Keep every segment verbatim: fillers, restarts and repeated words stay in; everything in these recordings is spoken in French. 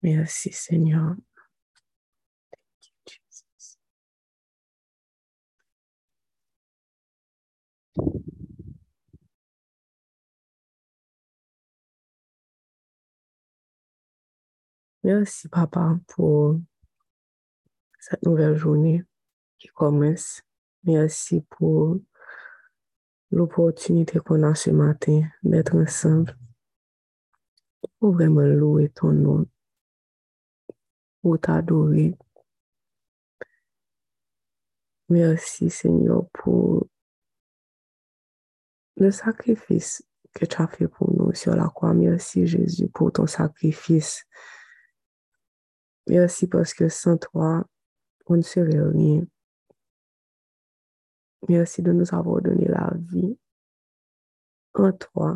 Merci, Seigneur. Thank you, Jesus. Merci, Papa, pour cette nouvelle journée qui commence. Merci pour l'opportunité qu'on a ce matin d'être ensemble pour vraiment louer ton nom, pour t'adorer. Merci, Seigneur, pour le sacrifice que tu as fait pour nous sur la croix. Merci, Jésus, pour ton sacrifice. Merci parce que sans toi, on ne serait rien. Merci de nous avoir donné la vie en toi.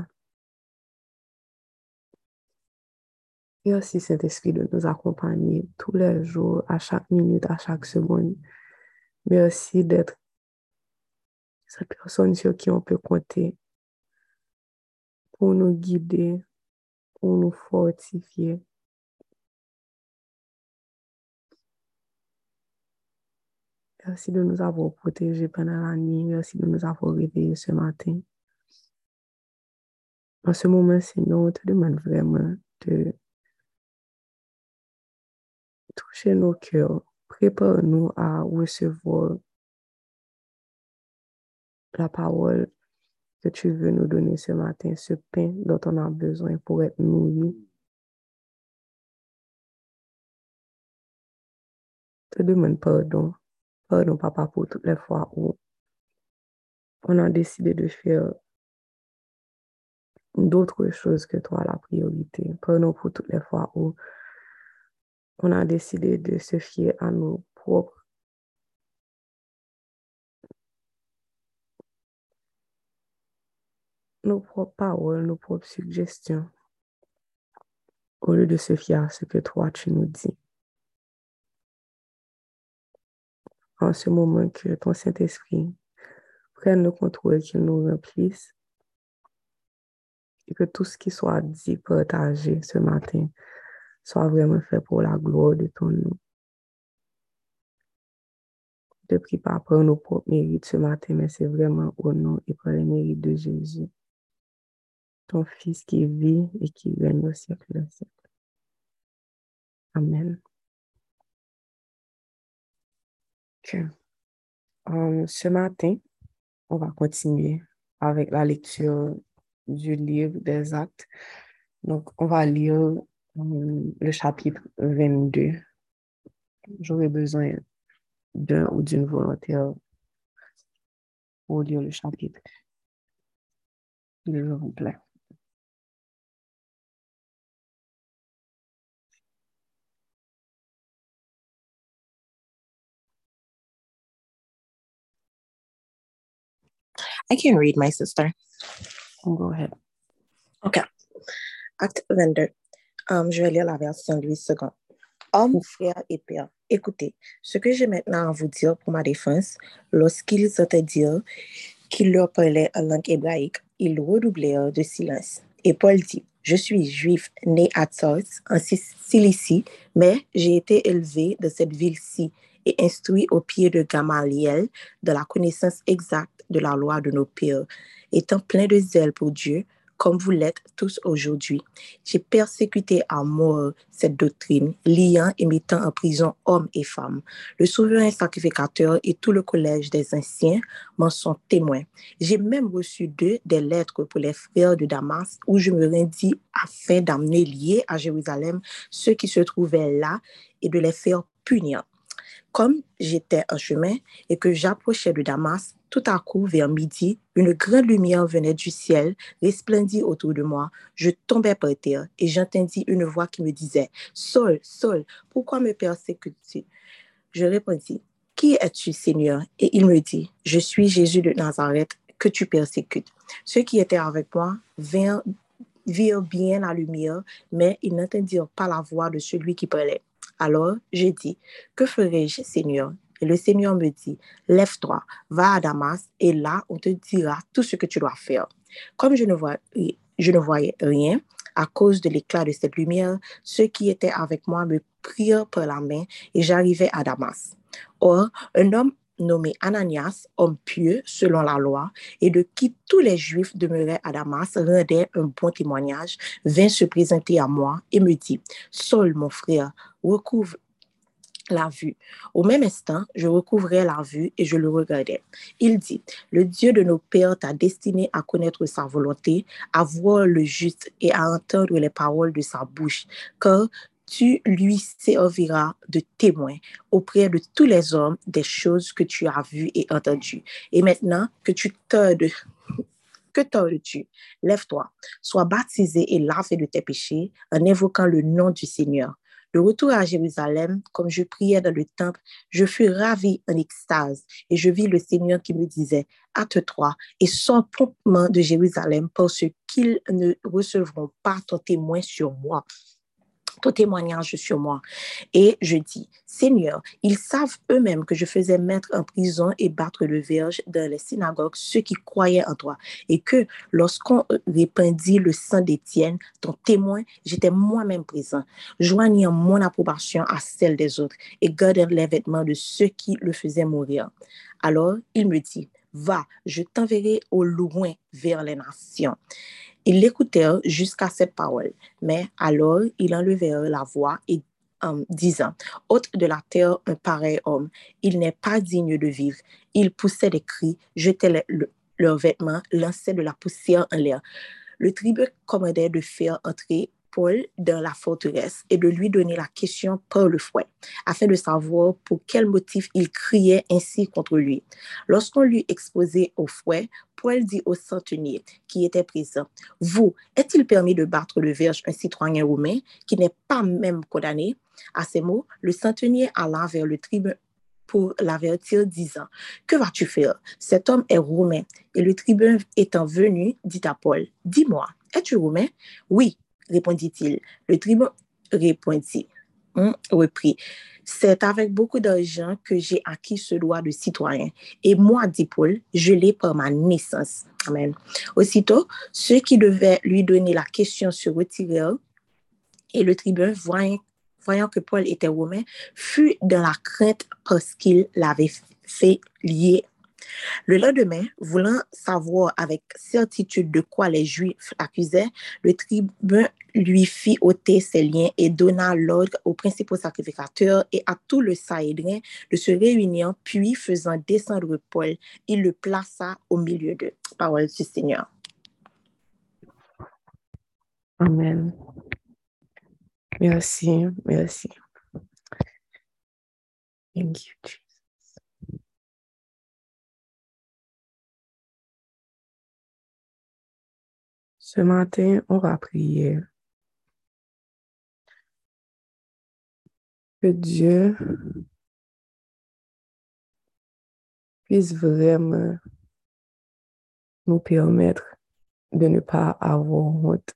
Merci, Saint-Esprit, de nous accompagner tous les jours, à chaque minute, à chaque seconde. Merci d'être cette personne sur qui on peut compter pour nous guider, pour nous fortifier. Merci de nous avoir protégés pendant la nuit. Merci de nous avoir réveillés ce matin. En ce moment, Seigneur, on te demande vraiment de toucher nos cœurs. Prépare-nous à recevoir la parole que tu veux nous donner ce matin, ce pain dont on a besoin pour être nourris. Je te demande pardon. Pardon, Papa, pour toutes les fois où on a décidé de faire d'autres choses que toi, la priorité. Pardon pour toutes les fois où on a décidé de se fier à nos propres nos propres paroles, nos propres suggestions, au lieu de se fier à ce que toi, tu nous dis. En ce moment, que ton Saint-Esprit prenne le contrôle, qu'il nous remplisse, et que tout ce qui soit dit, partagé ce matin, soit vraiment fait pour la gloire de ton nom. Je ne prie pas pour nos propres mérites ce matin, mais c'est vraiment au nom et pour les mérites de Jésus, ton Fils qui vit et qui règne au siècle des siècles. Amen. Okay. Um, ce matin, on va continuer avec la lecture du livre des Actes. Donc, on va lire um, le chapitre vingt-deux. J'aurai besoin d'un ou d'une volontaire pour lire le chapitre. Je vous plaît. I can read, my sister. Go ahead. OK. Acte vingt-deux. Um, je vais lire la version Louis deux. Hommes, frères et pères, écoutez, ce que j'ai maintenant à vous dire pour ma défense, lorsqu'ils entendirent qu'il leur parlait en langue hébraïque, ils redoublèrent de silence. Et Paul dit, je suis juif, né à Tars, en Cilicie, mais j'ai été élevé dans cette ville-ci et instruit au pied de Gamaliel de la connaissance exacte de la loi de nos pères, étant plein de zèle pour Dieu, comme vous l'êtes tous aujourd'hui. J'ai persécuté à mort cette doctrine, liant et mettant en prison hommes et femmes. Le souverain sacrificateur et tout le collège des anciens m'en sont témoins. J'ai même reçu d'eux des lettres pour les frères de Damas, où je me rendis afin d'amener liés à Jérusalem ceux qui se trouvaient là et de les faire punir. Comme j'étais en chemin et que j'approchais de Damas, tout à coup, vers midi, une grande lumière venait du ciel, resplendit autour de moi. Je tombais par terre et j'entendis une voix qui me disait « Saul, Saul, pourquoi me persécutes-tu » Je répondis « Qui es-tu, Seigneur ?» Et il me dit « Je suis Jésus de Nazareth que tu persécutes. » Ceux qui étaient avec moi vinrent, virent bien la lumière, mais ils n'entendirent pas la voix de celui qui parlait. Alors, j'ai dit, que ferai-je, Seigneur? Et le Seigneur me dit, lève-toi, va à Damas, et là, on te dira tout ce que tu dois faire. Comme je ne, vois, je ne voyais rien, À cause de l'éclat de cette lumière, ceux qui étaient avec moi me prirent par la main et j'arrivai à Damas. Or, un homme nommé Ananias, homme pieux selon la loi, et de qui tous les Juifs demeuraient à Damas, rendait un bon témoignage, vint se présenter à moi et me dit, Saul, mon frère, recouvre la vue. Au même instant, je recouvrais la vue et je le regardais. Il dit, le Dieu de nos pères t'a destiné à connaître sa volonté, à voir le juste et à entendre les paroles de sa bouche, car tu lui serviras de témoin auprès de tous les hommes des choses que tu as vues et entendues. Et maintenant que tu tardes, que tardes-tu? Lève-toi, sois baptisé et lavé de tes péchés en invoquant le nom du Seigneur. De retour à Jérusalem, comme je priais dans le temple, je fus ravi en extase et je vis le Seigneur qui me disait, hâte-toi et sors promptement de Jérusalem parce qu'ils ne recevront pas ton témoin sur moi. Ton témoignage sur moi. Et je dis, Seigneur, ils savent eux-mêmes que je faisais mettre en prison et battre le verge dans les synagogues ceux qui croyaient en toi, et que lorsqu'on répandit le sang d'Étienne, ton témoin, j'étais moi-même présent, joignant mon approbation à celle des autres et gardant les vêtements de ceux qui le faisaient mourir. Alors, il me dit, va, je t'enverrai au loin vers les nations. Ils l'écoutèrent jusqu'à cette parole, mais alors ils enlevèrent la voix et um, disant, hôte de la terre, un pareil homme, il n'est pas digne de vivre. Ils poussaient des cris, jetaient les, le, leurs vêtements, lançaient de la poussière en l'air. Le tribun commandait de faire entrer Paul dans la forteresse et de lui donner la question par le fouet, afin de savoir pour quel motif il criait ainsi contre lui. Lorsqu'on lui exposait au fouet, Paul dit au centenier qui était présent, « Vous, est-il permis de battre le verge un citoyen romain qui n'est pas même condamné ?» À ces mots, le centenier alla vers le tribun pour l'avertir, disant, « Que vas-tu faire? Cet homme est romain. » Et le tribun étant venu, dit à Paul, « Dis-moi, es-tu romain? » « Oui, répondit-il. Le tribun répondit, hum, reprit, « C'est avec beaucoup d'argent que j'ai acquis ce droit de citoyen. Et moi, dit Paul, je l'ai par ma naissance. » Amen. Aussitôt, ceux qui devaient lui donner la question se retirèrent et le tribun, voyant, voyant que Paul était romain, fut dans la crainte parce qu'il l'avait fait lier. Le lendemain, voulant savoir avec certitude de quoi les Juifs accusaient, le tribun lui fit ôter ses liens et donna l'ordre aux principaux sacrificateurs et à tout le Sanhédrin de se réunir, puis faisant descendre Paul, il le plaça au milieu d'eux. Parole du Seigneur. Amen. Merci, merci. Thank you, Jesus. Ce matin, on va prier que Dieu puisse vraiment nous permettre de ne pas avoir honte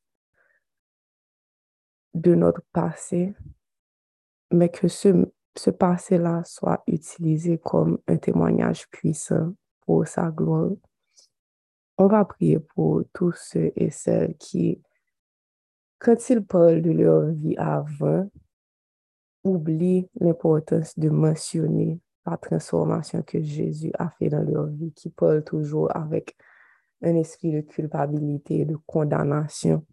de notre passé, mais que ce, ce passé-là soit utilisé comme un témoignage puissant pour sa gloire. On va prier pour tous ceux et celles qui, quand ils parlent de leur vie avant, oublient l'importance de mentionner la transformation que Jésus a fait dans leur vie, qui parlent toujours avec un esprit de culpabilité et de condamnation.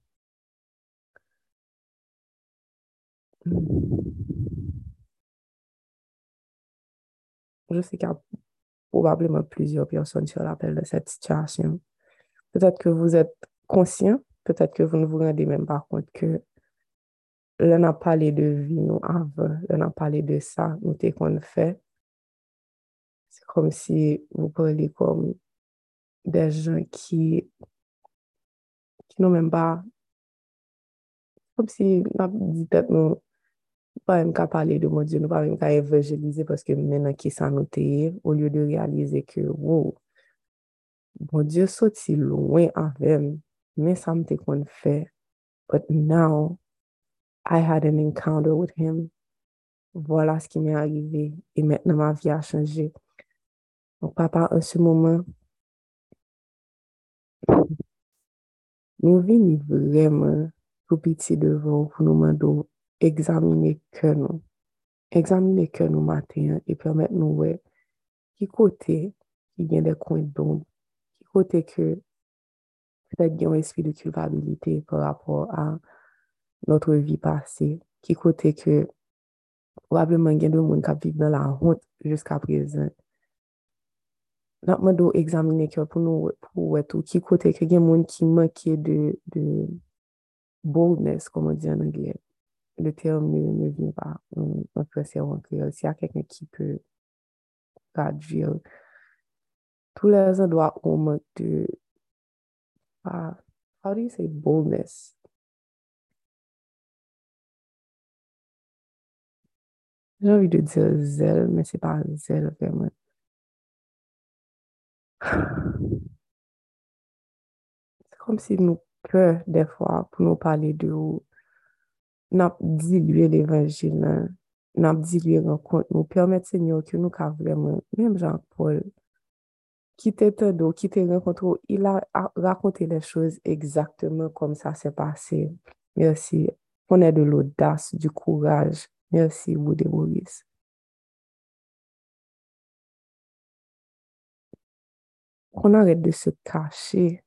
Je sais qu'il y a probablement plusieurs personnes sur l'appel de cette situation. Peut-être que vous êtes conscient, peut-être que vous ne vous rendez même pas compte que l'on a parlé de vie nous avant, l'on a parlé de ça, nous t'es qu'on fait. C'est comme si vous parlez comme des gens qui, qui n'ont même pas, comme si nous avons dit peut-être nous pas même qu'à parler de mon Dieu, nous pas même qu'à évangéliser parce que maintenant qui ça nous t'est, au lieu de réaliser que, wow, mon Dieu sorti loin avec, mais ça me t'est qu'on fait. But now, I had an encounter with him. Voilà ce qui m'est arrivé. Et maintenant, ma vie a changé. Donc, papa, en ce moment, nous venons vraiment tout petit devant pour nous demander examiner que nous. Examiner que nous matin et permettre nous ouais, qui côté qui vient des coins d'ombre, qui côté que peut-être il y a un esprit de culpabilité par rapport à notre vie passée, qui côté que probablement il y a des gens qui vivent dans la honte jusqu'à présent. Nous devons examiner que pour nous, pour ouais, tout, qui côté que il y a des gens qui manquent de, de boldness, comme on dit en anglais. Le terme ne, ne vient pas en, en français ou en créole. S'il y a quelqu'un qui peut traduire tous les endroits où on manque de, ah, how do you say boldness? J'ai envie de dire zèle, mais c'est pas zèle vraiment. C'est comme si nous peur des fois pour nous parler de où n'a dilué l'évangile, hein. N'a dilué rencontre, nous permettre Seigneur que nous car vraiment, même Jean-Paul, qui t'était d'eau, qui t'est rencontré, il a a- raconté les choses exactement comme ça s'est passé. Merci. On a de l'audace, du courage. Merci, Woody Maurice. On arrête de se cacher.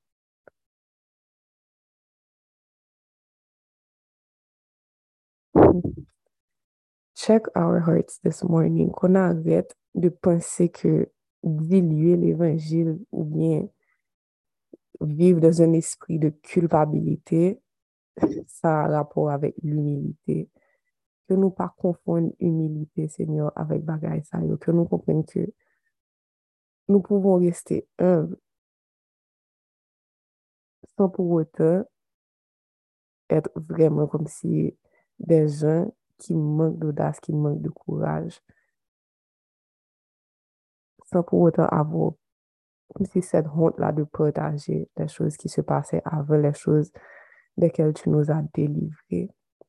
Check our hearts this morning. Qu'on arrête de penser que diluer l'évangile ou bien vivre dans un esprit de culpabilité, ça a rapport avec l'humilité. Que nous pas confondre humilité, Seigneur, avec bagaille ça, yo. Que nous comprenions que nous pouvons rester humbles sans pour autant être vraiment comme si des gens qui manquent d'audace, qui manquent de courage, sans pour autant avoir comme si cette honte-là de partager les choses qui se passaient avant, les choses desquelles tu nous as délivrés.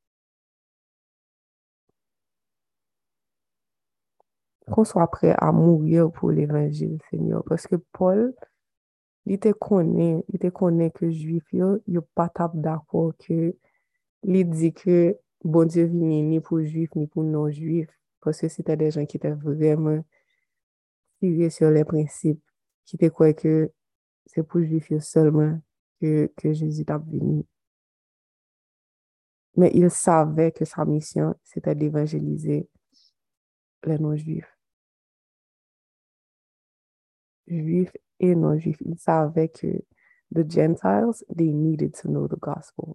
Qu'on soit prêt à mourir pour l'évangile, Seigneur, parce que Paul, il te connaît, il te connaît que juif, yo, yo pas tap d'accord que il dit que bon Dieu vient ni pour juifs ni pour non-juifs, parce que c'était des gens qui étaient vraiment tirés sur les principes, qui te croient que c'est pour juifs yo seulement que, que Jésus est venu. Mais il savait que sa mission, c'était d'évangéliser les non-juifs, juifs et non-juifs. Il savait que the Gentiles, they needed to know the gospel.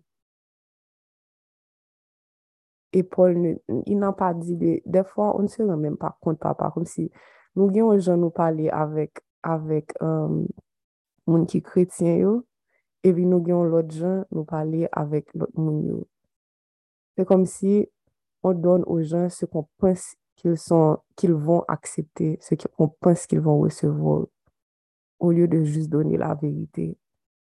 Et Paul, ne, il n'a pas dit, de, des fois, on ne se rend même pas compte, papa, comme si nous avons les gens nous parler avec, avec um, moun qui chrétien, yo, et puis nous avons l'autre gens nous parler avec l'autre moun, yo. C'est comme si on donne aux gens ce qu'on pense qu'ils sont, qu'ils vont accepter, ce qu'on pense qu'ils vont recevoir, au lieu de juste donner la vérité.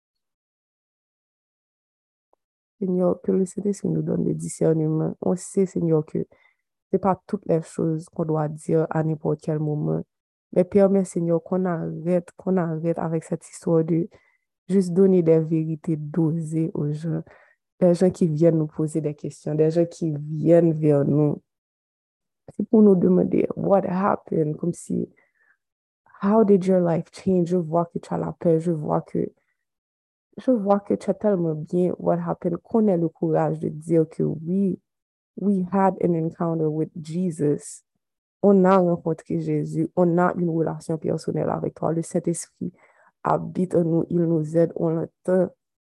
Seigneur, que le Saint-Esprit nous donne le discernement. On sait, Seigneur, que c'est pas toutes les choses qu'on doit dire à n'importe quel moment. Mais permets, Seigneur, qu'on arrête, qu'on arrête avec cette histoire de juste donner des vérités dosées aux gens. Des gens qui viennent nous poser des questions, des gens qui viennent vers nous. C'est pour nous demander what happened, comme si how did your life change? Je vois que tu as la paix, je vois que je vois que tu as tellement bien what happened, qu'on ait le courage de dire que oui, we had an encounter with Jesus. On a rencontré Jésus, on a une relation personnelle avec toi. Le Saint-Esprit habite en nous, il nous aide, on entend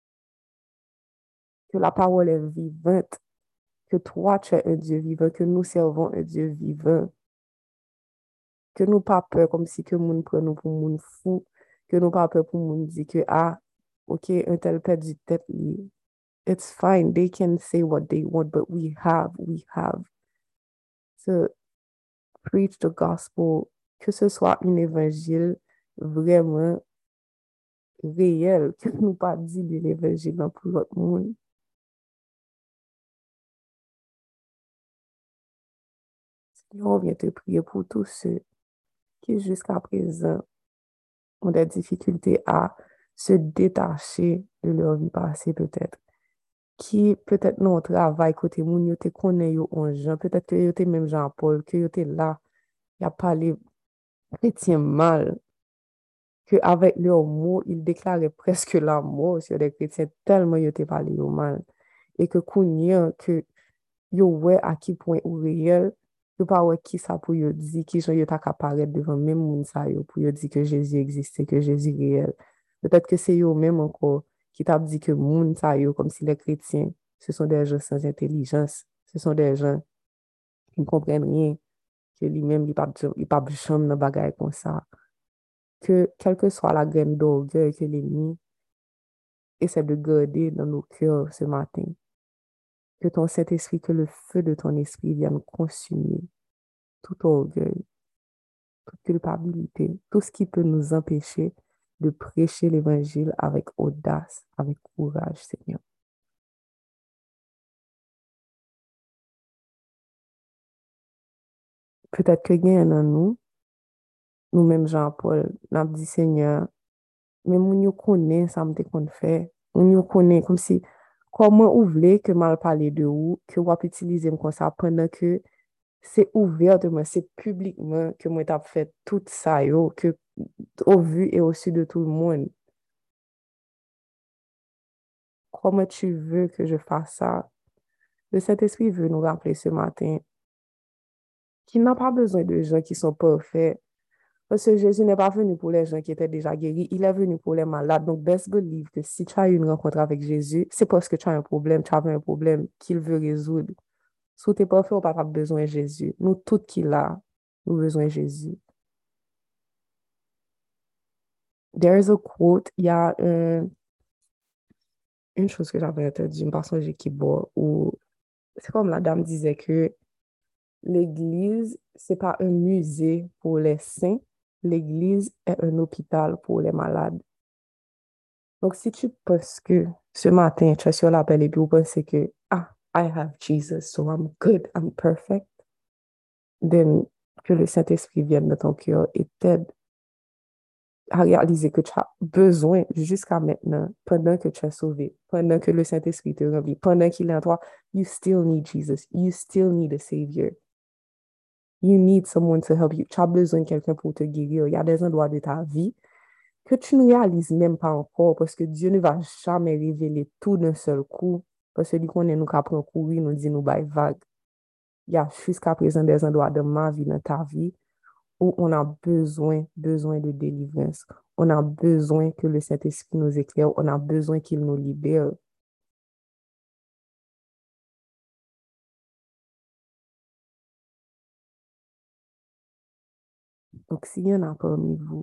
que la parole est vivante, que toi, tu es un Dieu vivant, que nous servons un Dieu vivant, que nous pas peur comme si que nous prenons pour moun fou, que nous pas peur pour moun dire que, ah, ok, un tel perd du tête, it's fine, they can say what they want, but we have, we have to preach the gospel, que ce soit un évangile vraiment réel, que nous pas dit de l'évangile dans pour l'autre monde. Seigneur, on vient te prier pour tous ceux qui jusqu'à présent ont des difficultés à se détacher de leur vie passée peut-être. qui peut-être non travail côté moun yo te connaît yo en Jean, peut-être que yo te même Jean-Paul, que yo te là, y a parlé chrétien mal, que avec leurs mots, ils déclaraient presque la mort sur des chrétiens tellement yo te parlé yo mal. Et que kounya, que yo ouais à qui point ou réel, yo pas ouais qui ça pour yo dire, qui gens yo ta ka paraître devant même moun sa yo, pour yo dire que Jésus existait, que Jésus réel. Peut-être que c'est yo même encore qui t'a dit que moun sa yo, comme si les chrétiens, ce sont des gens sans intelligence, ce sont des gens qui ne comprennent rien, que lui-même, il pas il pas jamais dans bagaille comme ça. Que quelle que soit la graine d'orgueil que l'ennemi essaie de garder dans nos cœurs ce matin, que ton Saint-Esprit, que le feu de ton esprit vienne consumer tout orgueil, toute culpabilité, tout ce qui peut nous empêcher de prêcher l'évangile avec audace, avec courage, Seigneur. Peut-être que gain dans nous, nous-mêmes Jean-Paul, n'a dit Seigneur, mais moun yo connaît ça me qu'on fait, moun yo connaît comme si comment ou voulez que mal parler de vous, que vous utiliser comme ça pendant que c'est ouvertement, c'est publiquement que moi t'ai fait tout ça yo, que au vu et au su de tout le monde. Comment tu veux que je fasse ça? Le Saint-Esprit veut nous rappeler ce matin qu'il n'a pas besoin de gens qui sont parfaits. Parce que Jésus n'est pas venu pour les gens qui étaient déjà guéris, il est venu pour les malades. Donc, best believe que si tu as eu une rencontre avec Jésus, c'est parce que tu as un problème, tu avais un problème qu'il veut résoudre. Si tu n'es pas fait, on n'a pas besoin de Jésus. Nous, tout qui l'a, nous avons besoin de Jésus. There is a quote, il y a un, une chose que j'avais entendue, une personne qui boit, où c'est comme la dame disait que l'Église, c'est pas un musée pour les saints, l'Église est un hôpital pour les malades. Donc, si tu penses que ce matin, tu es sur l'appel et puis vous pensez que, ah, I have Jesus, so I'm good, I'm perfect, then que le Saint-Esprit vienne dans ton cœur et t'aide à réaliser que tu as besoin jusqu'à maintenant, pendant que tu es sauvé, pendant que le Saint-Esprit te remplit, pendant qu'il est en toi, you still need Jesus, you still need a Savior. You need someone to help you. Tu as besoin de quelqu'un pour te guérir. Il y a des endroits de ta vie que tu ne réalises même pas encore parce que Dieu ne va jamais révéler tout d'un seul coup. Parce que lui connaît nous qu'après courir, nous dit nous bail vague. Il y a jusqu'à présent des endroits de ma vie, dans ta vie, où on a besoin, besoin de délivrance. On a besoin que le Saint-Esprit nous éclaire. On a besoin qu'il nous libère. Donc, s'il y en a parmi vous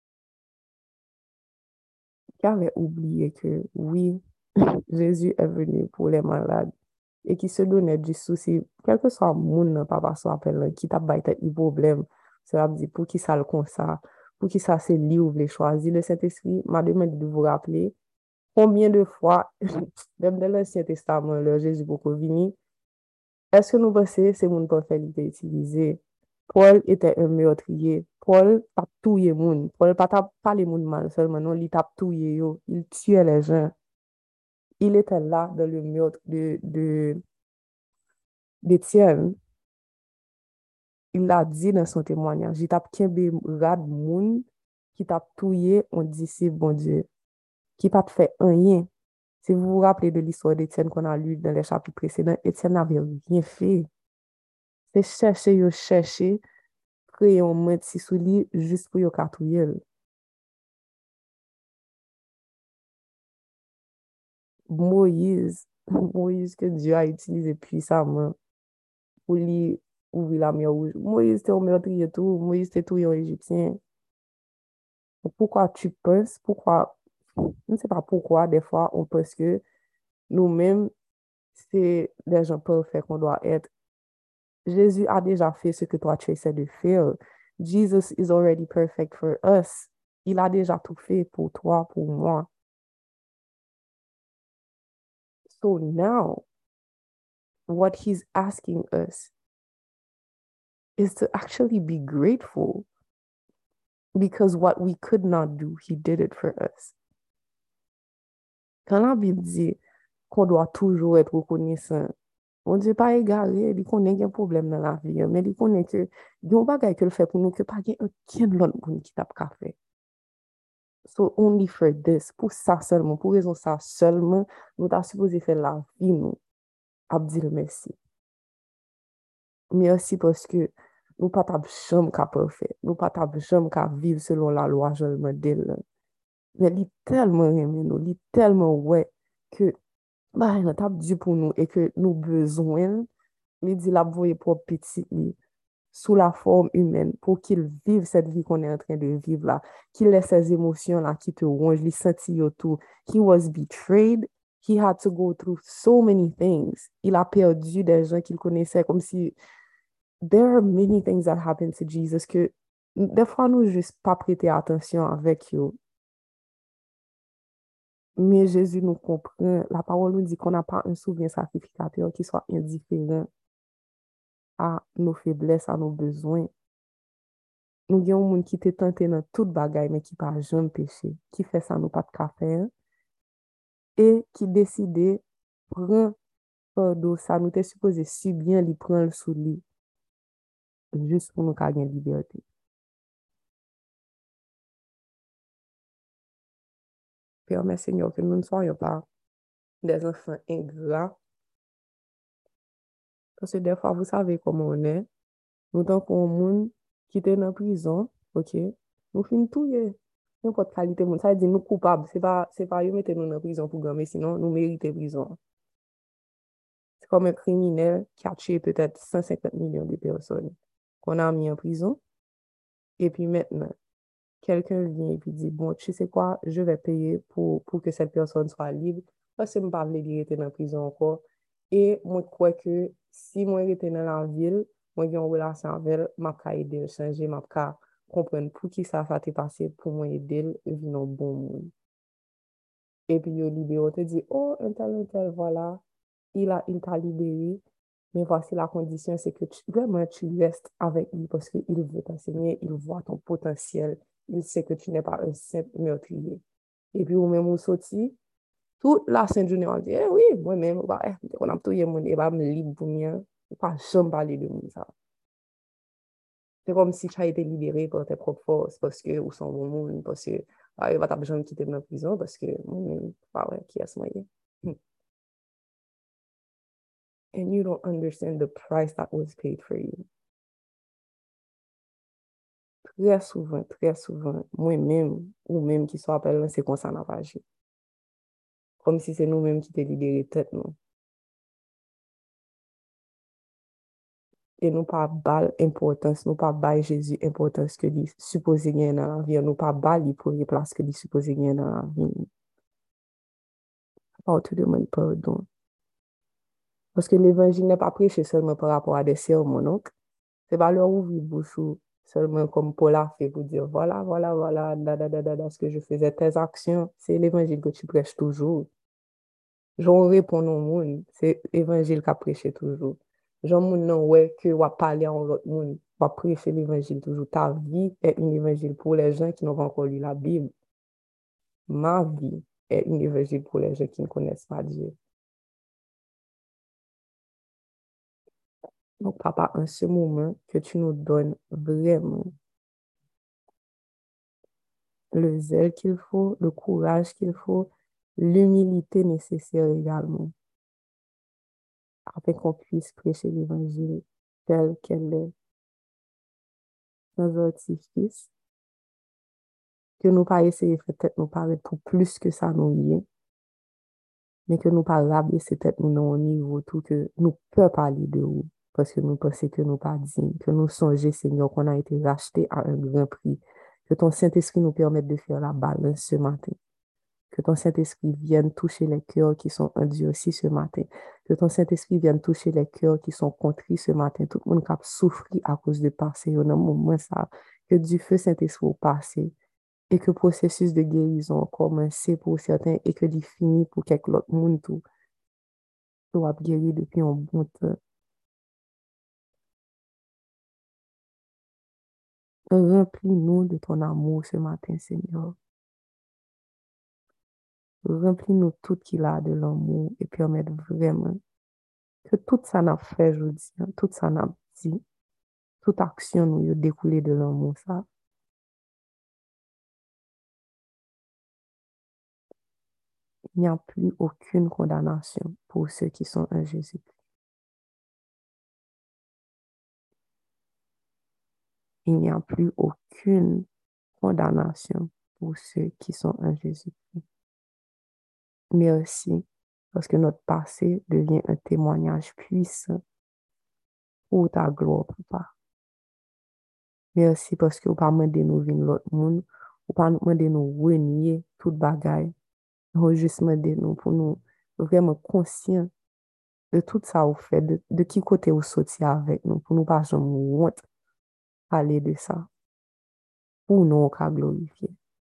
qui avaient oublié que oui, Jésus est venu pour les malades et qui se donnait du souci, quel que soit le monde, papa soit appel, qui t'a baillé des problèmes, ça veut dire pour qui ça le comme ça, pour qui ça c'est lui ou voulez choisir. Le Saint-Esprit m'a demandé de vous rappeler combien de fois, même dans l'Ancien Testament, le Jésus beaucoup venu, est-ce que nous pensons que c'est mon parfait qui était utilisé? Paul était un meurtrier. Paul a tué les gens. Paul pas pas les gens mal seulement, non, il a tué yo. Il tuait les gens. Il était là dans le meurtre de, de, d'Étienne. Il l'a dit dans son témoignage. Il t'a kembe rad moun qui t'a tué un disciple, bon Dieu, qui pas fait rien. Si vous vous rappelez de l'histoire d'Étienne qu'on a lu dans les chapitres précédents, Étienne n'avait rien fait. C'est chercher, yo chercher, créer un menti sous lui juste pour yo katouyer. Moïse, Moïse que Dieu a utilisé puissamment pour lui ouvrir la mer rouge. Moïse était un meurtrier tout, Moïse était tout un Égyptien. Pourquoi tu penses, pourquoi, je ne sais pas pourquoi, des fois, on pense que nous-mêmes, c'est des gens parfaits qu'on doit être. Jésus a déjà fait ce que toi, tu essaies de faire. Jesus is already perfect for us. Il a déjà tout fait pour toi, pour moi. So now, what he's asking us is to actually be grateful because what we could not do, he did it for us. Quand la Bible dit, qu'on doit toujours être reconnaissant. On dit pas égaré, il connaît qu'il y a un problème dans la vie, mais il connaît que il y a un bagage que le fait pour nous que pas qu'il y a aucun l'autre monde qui t'a pas fait. So only for this, pour ça seulement, pour raison ça seulement, nous t'as supposé faire la vie, nous, à dire merci. Mais aussi parce que nous pas t'as jamais qu'à parfait, nous pas t'as jamais qu'à vivre selon la loi, je le modèle. Mais il est tellement aimé nous, il est tellement ouais que bah, il a dû pour nous et que nous besoin, il dit la voyer pour petit li, sous la forme humaine pour qu'il vive cette vie qu'on est en train de vivre là, qu'il ait ces émotions là qui te rongent, les sentir tout. He was betrayed. He had to go through so many things. Il a perdu des gens qu'il connaissait comme si there are many things that happened to Jesus que des fois nous juste pas prêter attention avec eux. Mais Jésus nous comprend. La parole nous dit qu'on n'a pas un souverain sacrificateur qui soit indifférent à nos faiblesses, à nos besoins. Nous avons un monde qui te tenté dans toute bagaille, mais qui n'a jamais péché, qui fait ça, nous pas de faire, et qui décide prendre pardon, ça, nous t'es supposé subir, lui prendre sous lui, juste pour nous gagner liberté. Permets, Seigneur, que nous ne soyons pas des enfants ingrats, parce que des fois, vous savez comment on est. Nous, tant qu'on monde qui était en prison, ok, nous finissons tout, n'importe qualité, monde, ça veut dire nous coupables. C'est pas, c'est pas, eux mettez nous en prison pour gagner, sinon nous méritons prison. C'est comme un criminel qui a tué peut-être cent cinquante millions de personnes qu'on a mis en prison. Et puis maintenant, quelqu'un vient et puis dit, bon, tu sais quoi, je vais payer pour, pour que cette personne soit libre. Parce que je ne pas lui rester dans la prison encore. Et moi, je crois que si moi j'étais dans la ville, moi j'ai une relation avec elle, je peux aider à changer, je peux comprendre pour qui ça ça t'est passé, pour moi aider à vivre un bon monde. Et puis, le libéraux te dit, oh, un tel, un tel, voilà, il a, il t'a libéré. Mais voici la condition, c'est que tu, vraiment tu restes avec lui parce qu'il veut t'enseigner, il voit ton potentiel, il sait que tu n'es pas un simple meurtrier. Et puis, au même où sorti, toute la sainte journée, on dit, eh oui, moi-même, bah, eh, on a tout le monde, et bah, me libre pour moi, pas jamais parler de moi, ça. C'est comme si tu as été libéré par tes propres forces parce que, ou son bon monde, parce que, ah, il va t'as besoin de quitter la prison parce que, moi-même, pas ouais, qui a ce moyen. And you don't understand the price that was paid for you. Très souvent, très souvent, moi-même, ou même qui soit appelé, c'est comme ça n'a pas agi. Comme si c'est nous-mêmes qui t'es libéré tête, non. Et nous pas bal importance, nous pas bail Jésus importance que lui supposé gagner dans la vie, nous pas bal pour les places que lui supposé gagner dans la vie. Pas te demander pardon. Parce que l'évangile n'est pas prêché seulement par rapport à des sermons, non? C'est pas leur ouvrir bouche seulement comme Paul a fait pour dire voilà, voilà, voilà, da, da, da, da, da, ce que je faisais, tes actions, c'est l'évangile que tu prêches toujours. J'en réponds au monde, c'est l'évangile qu'a prêché toujours. J'en moun non ouais que ou parler à l'autre monde, ou prêcher l'évangile toujours. Ta vie est un évangile pour les gens qui n'ont pas encore lu la Bible. Ma vie est un évangile pour les gens qui ne connaissent pas Dieu. Donc, papa, en ce moment que tu nous donnes vraiment le zèle qu'il faut, le courage qu'il faut, l'humilité nécessaire également, afin qu'on puisse prêcher l'évangile tel qu'elle est, sans artifice, que nous pas essayer peut-être nous paraître pour plus que ça nous y est, mais que nous pas rabaisser tête nous dans un niveau tout que nous peut parler de vous, parce que nous pensons que nous pas dignes, que nous songeons, Seigneur, qu'on a été racheté à un grand prix, que ton Saint-Esprit nous permette de faire la balance ce matin. Que ton Saint-Esprit vienne toucher les cœurs qui sont endurcis ce matin. Que ton Saint-Esprit vienne toucher les cœurs qui sont contrits ce matin. Tout le monde qui a souffert à cause de passer. Au moment ça, que du feu Saint-Esprit passe et que le processus de guérison a commencé pour certains et que il finit pour quelques autres monde tout soit guéri depuis un bon temps. Remplis-nous de ton amour ce matin, Seigneur. remplis-nous tout qu'il a de l'amour et permettre vraiment que tout ça n'a fait, je dis, hein, tout ça n'a dit, toute action nous a découlé de l'amour, ça. Il n'y a plus aucune condamnation pour ceux qui sont en Jésus. Il n'y a plus aucune condamnation pour ceux qui sont en Jésus-Christ. Merci, parce que notre passé devient un témoignage puissant pour ta gloire, papa. Merci parce que vous pas demandé nous venir l'autre monde, vous pas demandé nous renier toute bagaille, vous juste demandé nous pour nous vraiment conscients de tout ça vous fait, de, de qui côté vous sorti avec nous, pour nous pas jamais honte parler de ça, pour nous qu'à glorifier.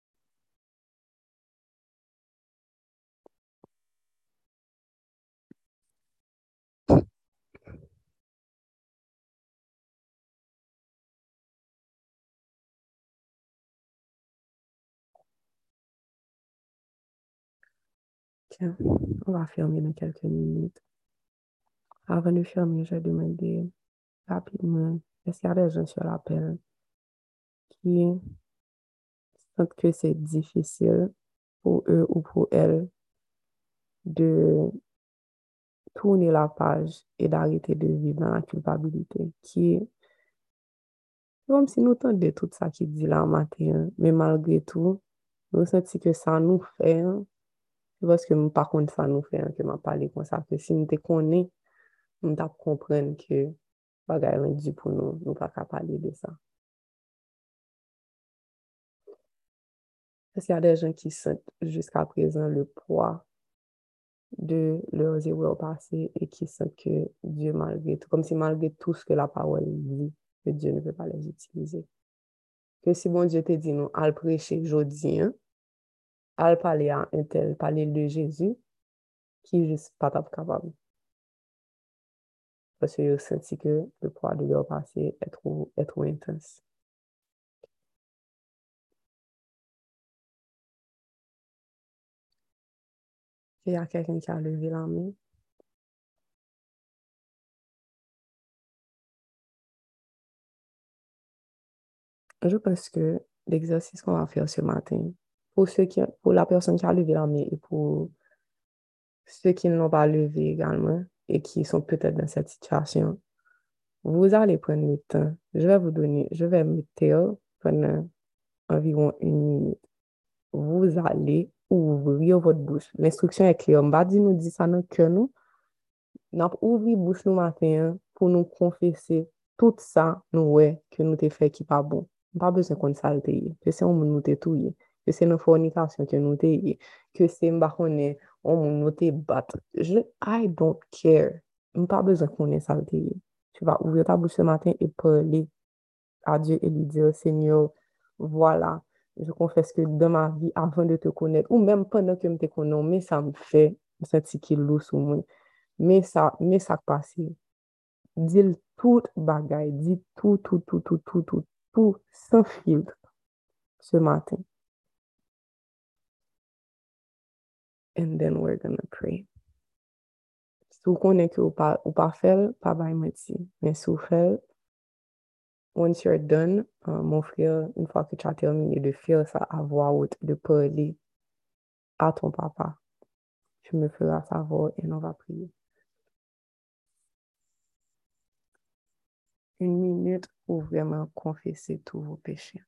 Tiens, on va fermer dans quelques minutes. Avant de fermer, je vais demander rapidement, est-ce qu'il y a des gens sur l'appel qui sentent que c'est difficile pour eux ou pour elles de tourner la page et d'arrêter de vivre dans la culpabilité, qui est comme si nous entendions tout ça qui dit là matin, hein, mais malgré tout, nous sentons que ça nous fait, hein, c'est parce que par contre ça nous fait, hein, que m'a parlé comme ça, que si nous te connaissons, nous t'a comprendre que bagay rendu pour nous, nous pas capable parler de ça. Parce qu'il y a des gens qui sentent jusqu'à présent le poids de leurs erreurs passées et qui sentent que Dieu, malgré tout, comme si malgré tout ce que la parole dit, que Dieu ne peut pas les utiliser. Que si bon Dieu te dit nous, à le prêcher aujourd'hui, hein, à le parler à un tel, parler de Jésus, qui est juste pas capable. Parce que j'ai senti que le poids de leur passé est trop, est trop intense. Il y a quelqu'un qui a levé la main. Je pense que l'exercice qu'on va faire ce matin, pour ceux qui, pour la personne qui a levé la main et pour ceux qui ne l'ont pas levé également et qui sont peut-être dans cette situation, vous allez prendre le temps. Je vais vous donner, je vais me taire pendant environ une minute. Vous allez ouvrir votre bouche. L'instruction est claire. On va dire nous dit ça dans le cœur nous. N'a ouvri bouche nous matin pour nous confesser tout ça nous ouais que nous te fait qui pas bon. Pas besoin qu'on saleté, que c'est on nous te touye, que c'est une fornication que nous te que c'est m'ba connaît on nous te bat. Je I don't care. Pas besoin qu'on ait saleté. Tu vas ouvrir ta bouche ce matin et parler à Dieu et lui dire Seigneur, voilà, je confesse que dans ma vie avant de te connaître ou même pendant que je te connais, mais ça me fait sentir qu'il loue sous moi. Mais ça, mais ça passe. Dis tout bagaille, dis tout, tout, tout, tout, tout, tout, tout, sans filtre ce matin. And then we're gonna pray. Si vous connaissez que vous pas, vous pas fait, pas bail merci. Mais si vous faites, once you're done, euh, mon frère, une fois que tu as terminé de faire ça à voix haute, de parler à ton papa, tu me feras savoir et on va prier. Une minute pour vraiment confesser tous vos péchés.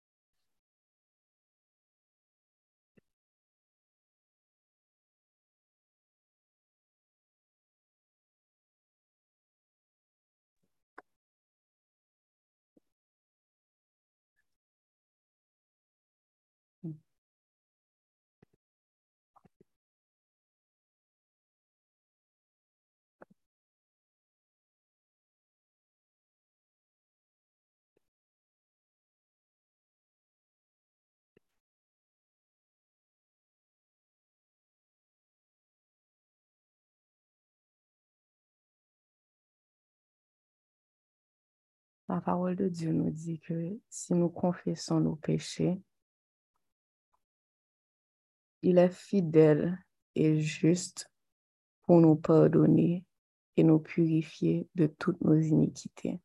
La parole de Dieu nous dit que si nous confessons nos péchés, Il est fidèle et juste pour nous pardonner et nous purifier de toutes nos iniquités.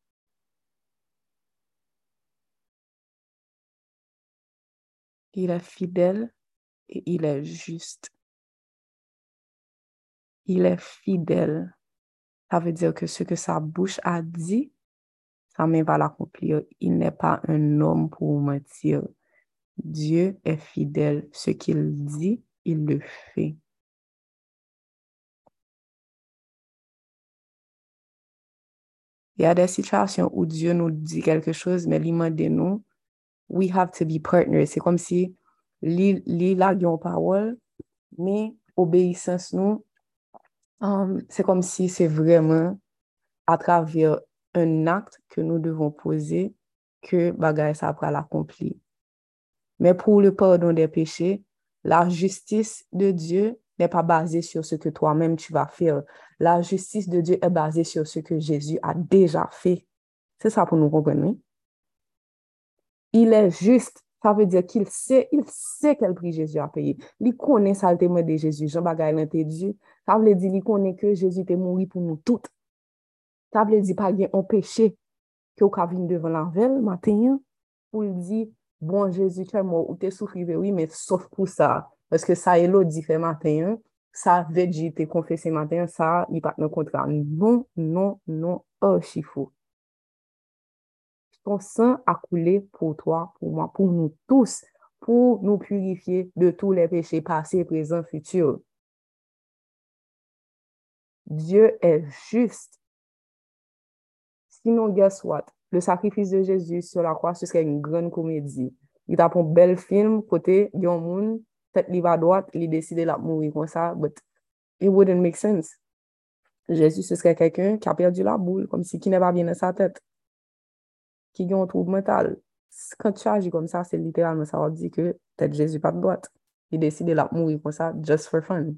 Il est fidèle et il est juste. Il est fidèle. Ça veut dire que ce que sa bouche a dit, sa main va l'accomplir. Il n'est pas un homme pour mentir. Dieu est fidèle. Ce qu'il dit, il le fait. Il y a des situations où Dieu nous dit quelque chose, mais il demande de nous, we have to be partners. C'est comme si li la yon parole, mais obéissance nous, um, c'est comme si c'est vraiment à travers un acte que nous devons poser que bagay ça va l'accomplir. Mais pour le pardon des péchés, la justice de Dieu n'est pas basée sur ce que toi-même tu vas faire. La justice de Dieu est basée sur ce que Jésus a déjà fait. C'est ça pour nous comprendre. Oui? Il est juste. Ça veut dire qu'il sait, il sait quel prix Jésus a payé. Il connaît ça le témoin de Jésus. Jean bagay l'ente Dieu. Ça veut dire qu'il connaît que Jésus est mort pour nous toutes. Ça veut dire pas qu'il y a un péché que vous avez devant la veille matin pour dire bon Jésus tu es mort ou tu es souffert oui mais sauf pour ça parce que ça est l'autre dit fait matin ça veut dire tu confessé matin ça il pas dans contrat non non non archi faux. Ton sang a coulé pour toi pour moi pour nous tous pour nous purifier de tous les péchés passés présents futurs. Dieu est juste. Sinon, guess what? Le sacrifice de Jésus sur la croix, ce serait une grande comédie. Il a un bel film, côté, il y a un monde, tête li va droite, il décide de mourir comme ça, but it wouldn't make sense. Jésus, ce serait quelqu'un qui a perdu la boule, comme si qui n'est pas bien dans sa tête, qui a un trouble mental. Quand tu agis comme ça, c'est littéralement ça, on dit que peut-être Jésus pas de droite. Il décide de mourir comme ça, just for fun.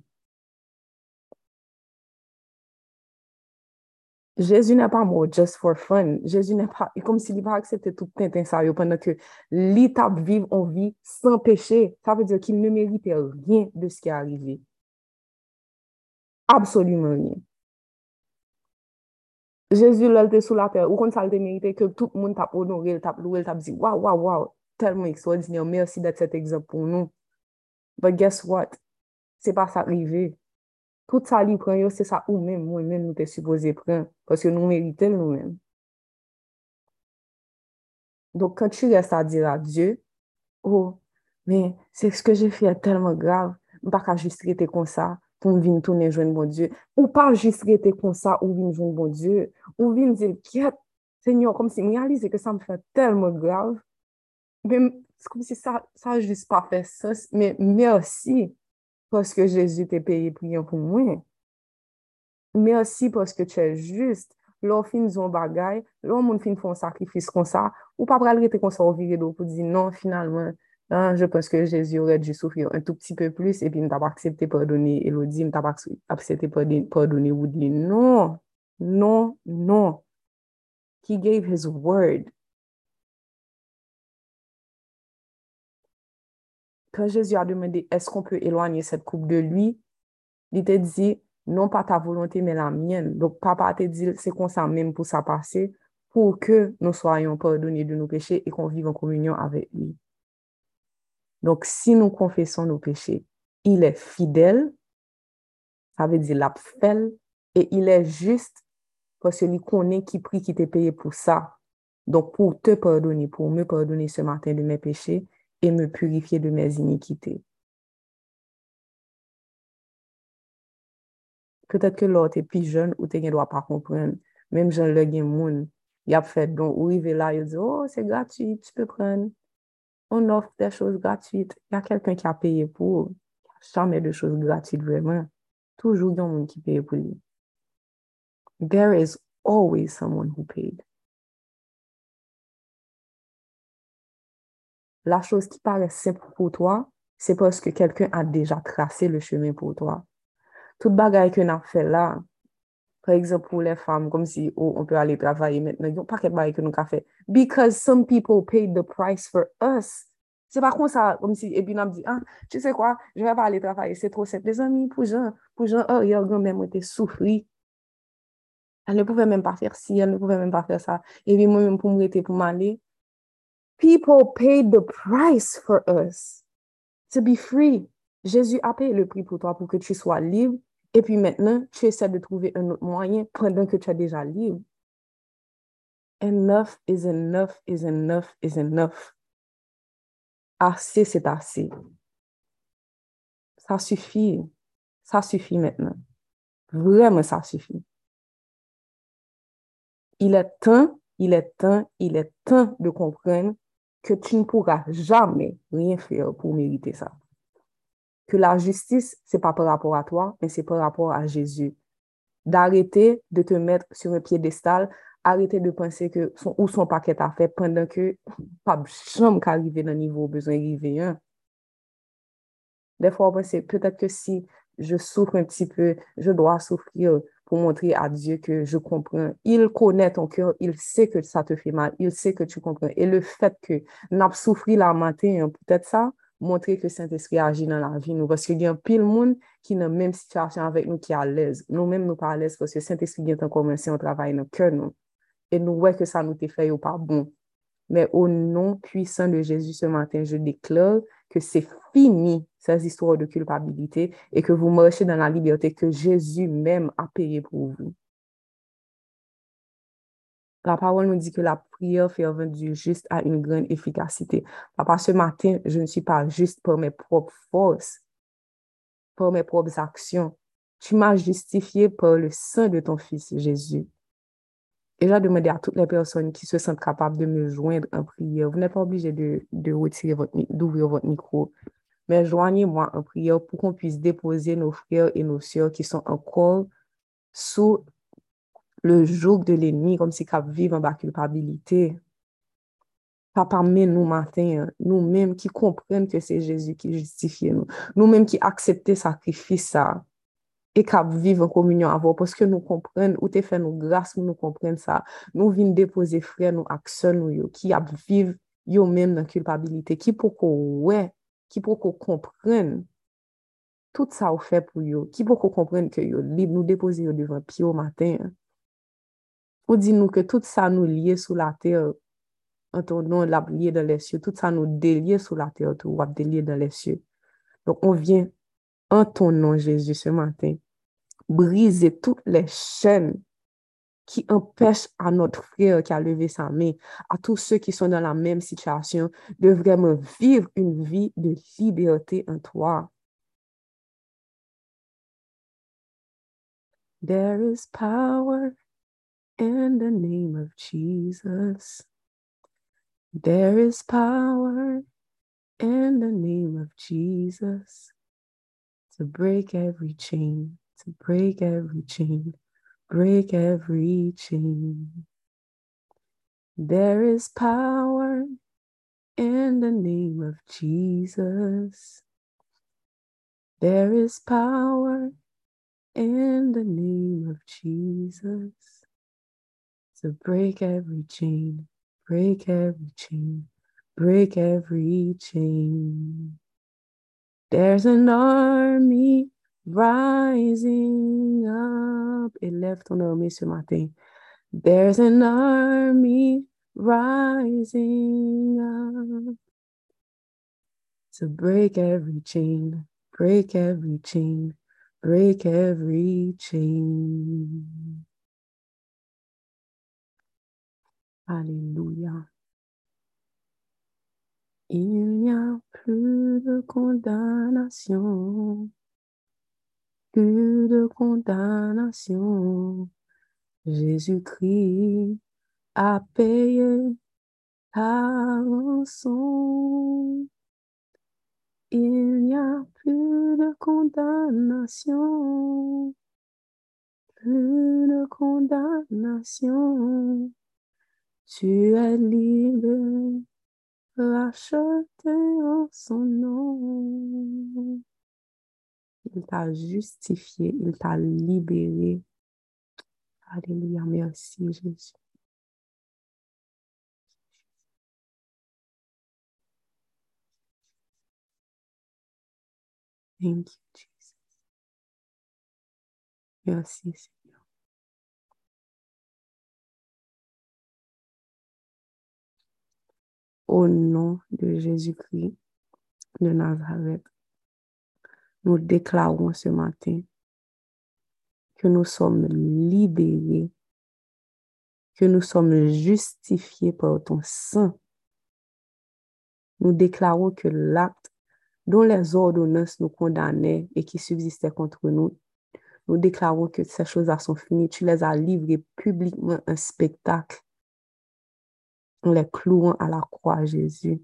Jésus n'est pas mort just for fun. Jésus n'est pas, comme s'il n'a pas accepté tout Tintin ça pendant que l'étape vive en vie sans péché. Ça veut dire qu'il ne méritait rien de ce qui est arrivé. Absolument rien. Jésus, là, était sous la terre. Ou quand ça, il mérité que tout le monde t'a honoré, t'a loué, t'a dit, waouh, waouh, waouh, tellement extraordinaire. Merci d'être cet exemple pour nous. But guess what? C'est pas ça arrivé. Tout ça, il prend, c'est ça ou même, moi-même, nous t'es supposé prendre. Parce que nous méritons nous-mêmes. Donc, quand tu restes à dire à Dieu, oh, mais c'est ce que j'ai fait est tellement grave, je ne peux pas juste rester comme ça pour me venir tourner joindre bon Dieu. Ou pas juste rester comme ça ou venir joindre bon Dieu. Ou venir dire, Quête, Seigneur, comme si je réalisais que ça me fait tellement grave. Mais c'est comme si ça n'a juste pas fait sens. Mais merci parce que Jésus t'a payé pour moi. Merci parce que tu es juste. Lors fin zon bagay, lors moun fin font sacrifice comme ça, ou pas pral rete comme ça au viré d'eau pour dire non, finalement, hein, je pense que Jésus aurait dû souffrir un tout petit peu plus et puis ne t'a pas accepté pardonner Elodie, ne t'a pas accepté pardonner Woodley. Non, non, non. He gave his word. Quand Jésus a demandé est-ce qu'on peut éloigner cette coupe de lui, il t'a dit non pas ta volonté, mais la mienne. Donc, papa te dit, c'est comme ça même pour ça passer, pour que nous soyons pardonnés de nos péchés et qu'on vive en communion avec lui. Donc, si nous confessons nos péchés, il est fidèle, ça veut dire la fait, et il est juste parce qu'il connaît qui prix qui t'est payé pour ça. Donc, pour te pardonner, pour me pardonner ce matin de mes péchés et me purifier de mes iniquités. Peut-être que l'autre est plus jeune ou tu ne dois pas comprendre. Même Jean Le Guémoun, il a fait donc, où il est là, il dit, oh, c'est gratuit, tu peux prendre. On offre des choses gratuites. Il y a quelqu'un qui a payé pour. Jamais de choses gratuites, vraiment. Toujours il y a un monde qui paye pour lui. There is always someone who paid. La chose qui paraît simple pour toi, c'est parce que quelqu'un a déjà tracé le chemin pour toi. Toute bagaille qu'on a fait là, par exemple, pour les femmes, comme si oh, on peut aller travailler maintenant, il n'y a pas de bagaille que nous avons fait. Because some people paid the price for us. C'est pas comme ça, comme si, et puis on me dit, ah, tu sais quoi, je vais pas aller travailler, c'est trop simple. Les amis, pour Jean, pour Jean, oh, il y a grand-mère, moi, était souffri. Elle ne pouvait même pas faire ci, elle ne pouvait même pas faire ça. Et puis moi-même, pour me rester, pour m'aller, people paid the price for us to be free. Jésus a payé le prix pour toi pour que tu sois libre. Et puis maintenant, tu essaies de trouver un autre moyen pendant que tu es déjà libre. Enough is enough is enough is enough. Assez, c'est assez. Ça suffit. Ça suffit maintenant. Vraiment, ça suffit. Il est temps, il est temps, il est temps de comprendre que tu ne pourras jamais rien faire pour mériter ça. Que la justice, c'est pas par rapport à toi, mais c'est par rapport à Jésus. D'arrêter de te mettre sur un piédestal, arrêter de penser que son, où son paquet a fait pendant que pas de chambre qu'arriver dans le niveau besoin d'arriver. Hein. Des fois, on pense peut-être que si je souffre un petit peu, je dois souffrir pour montrer à Dieu que je comprends. Il connaît ton cœur, il sait que ça te fait mal, il sait que tu comprends. Et le fait que n'a pas souffri la matin, peut-être ça, montrer que Saint-Esprit agit dans la vie nous. Parce qu'il y a un pile monde qui est dans la même situation avec nous, qui est à l'aise. Nous-mêmes, nous pas à l'aise parce que Saint-Esprit vient de commencer un travail dans le cœur, nous. Et nous voyons que ça nous fait ou pas bon. Mais au nom puissant de Jésus ce matin, je déclare que c'est fini ces histoires de culpabilité et que vous marchez dans la liberté que Jésus même a payé pour vous. La parole nous dit que la prière fervente du juste a une grande efficacité. Papa, ce matin, je ne suis pas juste par mes propres forces, par mes propres actions. Tu m'as justifié par le sang de ton Fils Jésus. Et j'ai demandé à toutes les personnes qui se sentent capables de me joindre en prière. Vous n'êtes pas obligé de, de retirer votre, d'ouvrir votre micro, mais joignez-moi en prière pour qu'on puisse déposer nos frères et nos sœurs qui sont encore sous le joug de l'ennemi, comme si qu'ils vivent en bas culpabilité. Papa, mais nous matin, nous-mêmes qui comprennent que c'est Jésus qui justifie nous, nous-mêmes qui acceptons le sacrifice ça, et qu'à vivre en communion avec vous, parce que nous comprenons, ou te fait nous grâce pour nous comprendre ça. Nous venons déposer frères, nous, actions, nous, qui a vivre, yo même dans culpabilité, qui pour qu'on, ouais, qui pour qu'on comprenne tout ça au fait pour yo, qui pour qu'on comprenne que yo libre, nous déposer yo devant pied au matin. Ou dit nous que tout ça nous lié sous la terre, en ton nom, l'a lié dans les cieux, tout ça nous délié sous la terre, tout, ou délié dans les cieux. Donc, on vient en ton nom, Jésus, ce matin, briser toutes les chaînes qui empêchent à notre frère qui a levé sa main, à tous ceux qui sont dans la même situation, de vraiment vivre une vie de liberté en toi. There is power in the name of Jesus. There is power in the name of Jesus to break every chain, to break every chain, break every chain. There is power in the name of Jesus. There is power in the name of Jesus to break every chain, break every chain, break every chain. There's an army rising up. Élève ton armée ce matin. There's an army rising up to break every chain, break every chain, break every chain. Alléluia. Il n'y a plus de condamnation, plus de condamnation. Jésus-Christ a payé ta rançon. Il n'y a plus de condamnation, plus de condamnation. Tu es libre, racheté en son nom. Il t'a justifié, il t'a libéré. Alléluia, merci Jésus. Thank you, Jesus. Merci, Seigneur. Au nom de Jésus-Christ de Nazareth, nous déclarons ce matin que nous sommes libérés, que nous sommes justifiés par ton sang. Nous déclarons que l'acte dont les ordonnances nous condamnaient et qui subsistaient contre nous, nous déclarons que ces choses-là sont finies. Tu les as livrées publiquement un spectacle en les clouant à la croix, Jésus.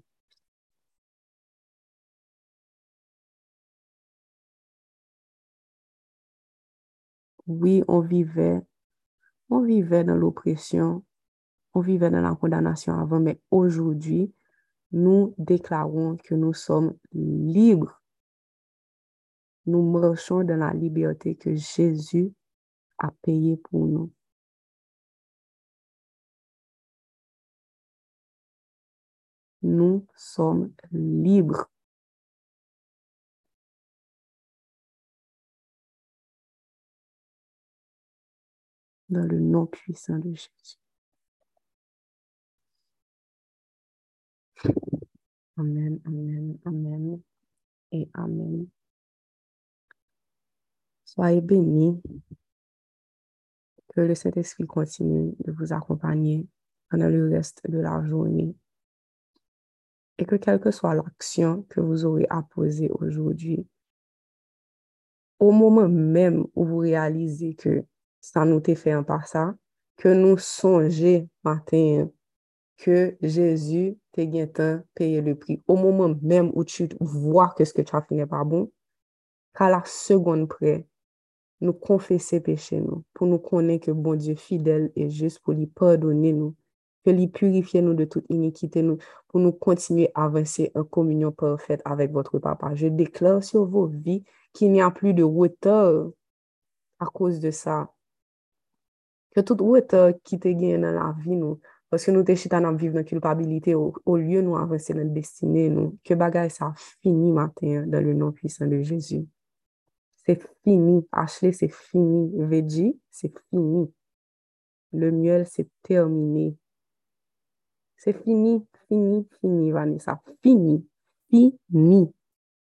Oui, on vivait, on vivait dans l'oppression, on vivait dans la condamnation avant, mais aujourd'hui, nous déclarons que nous sommes libres. Nous marchons dans la liberté que Jésus a payée pour nous. Nous sommes libres. Dans le nom puissant de Jésus. Amen, amen, amen et amen. Soyez bénis. Que le Saint-Esprit continue de vous accompagner pendant le reste de la journée. Et que quelle que soit l'action que vous aurez à poser aujourd'hui, au moment même où vous réalisez que ça nous a fait un pas ça, que nous songeons matin que Jésus t'a bien payé le prix. Au moment même où tu vois que ce que tu as fait n'est pas bon, qu'à la seconde près, nous confesser péché nous, pour nous connaître que bon Dieu fidèle et juste pour lui pardonner nous, que lui purifier nous de toute iniquité nous, pour nous continuer à avancer en communion parfaite avec votre Papa. Je déclare sur vos vies qu'il n'y a plus de retard à cause de ça. Que tout retard qui te gagne dans la vie nous, parce que nous te chita dans vivre dans culpabilité au, au lieu nous avancer dans la destinée nous, que bagaille ça fini matin dans le nom puissant de Jésus. C'est fini. Ashley, c'est fini. Veggie, c'est fini. Le miel, c'est terminé. C'est fini, fini, fini, Vanessa. Fini. Fini.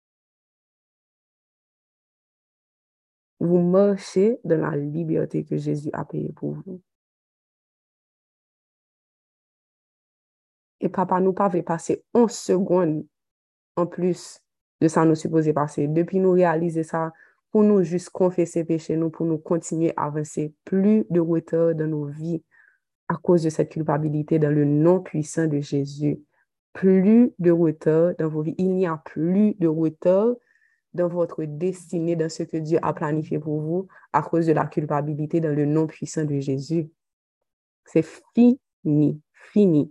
Vous marchez dans la liberté que Jésus a payée pour vous. Et papa nous pas fait passer onze secondes en plus de ça nous supposé passer. Depuis nous réaliser ça, pour nous juste confesser péché, nous, pour nous continuer à avancer. Plus de retard dans nos vies à cause de cette culpabilité dans le nom puissant de Jésus. Plus de retard dans vos vies. Il n'y a plus de retard dans votre destinée, dans ce que Dieu a planifié pour vous à cause de la culpabilité dans le nom puissant de Jésus. C'est fini, fini.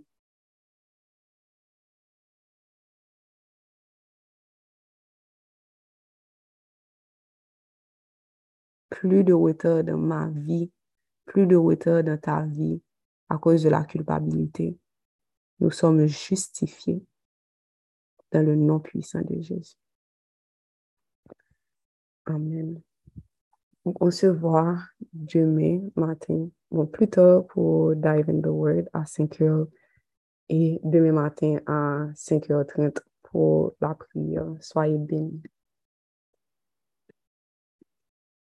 Plus de retard dans ma vie, plus de retard dans ta vie à cause de la culpabilité. Nous sommes justifiés dans le nom puissant de Jésus. Amen. Donc, on se voit demain matin, bon, plus tard pour Dive in the Word à cinq heures et demain matin à cinq heures trente pour la prière. Soyez bénis.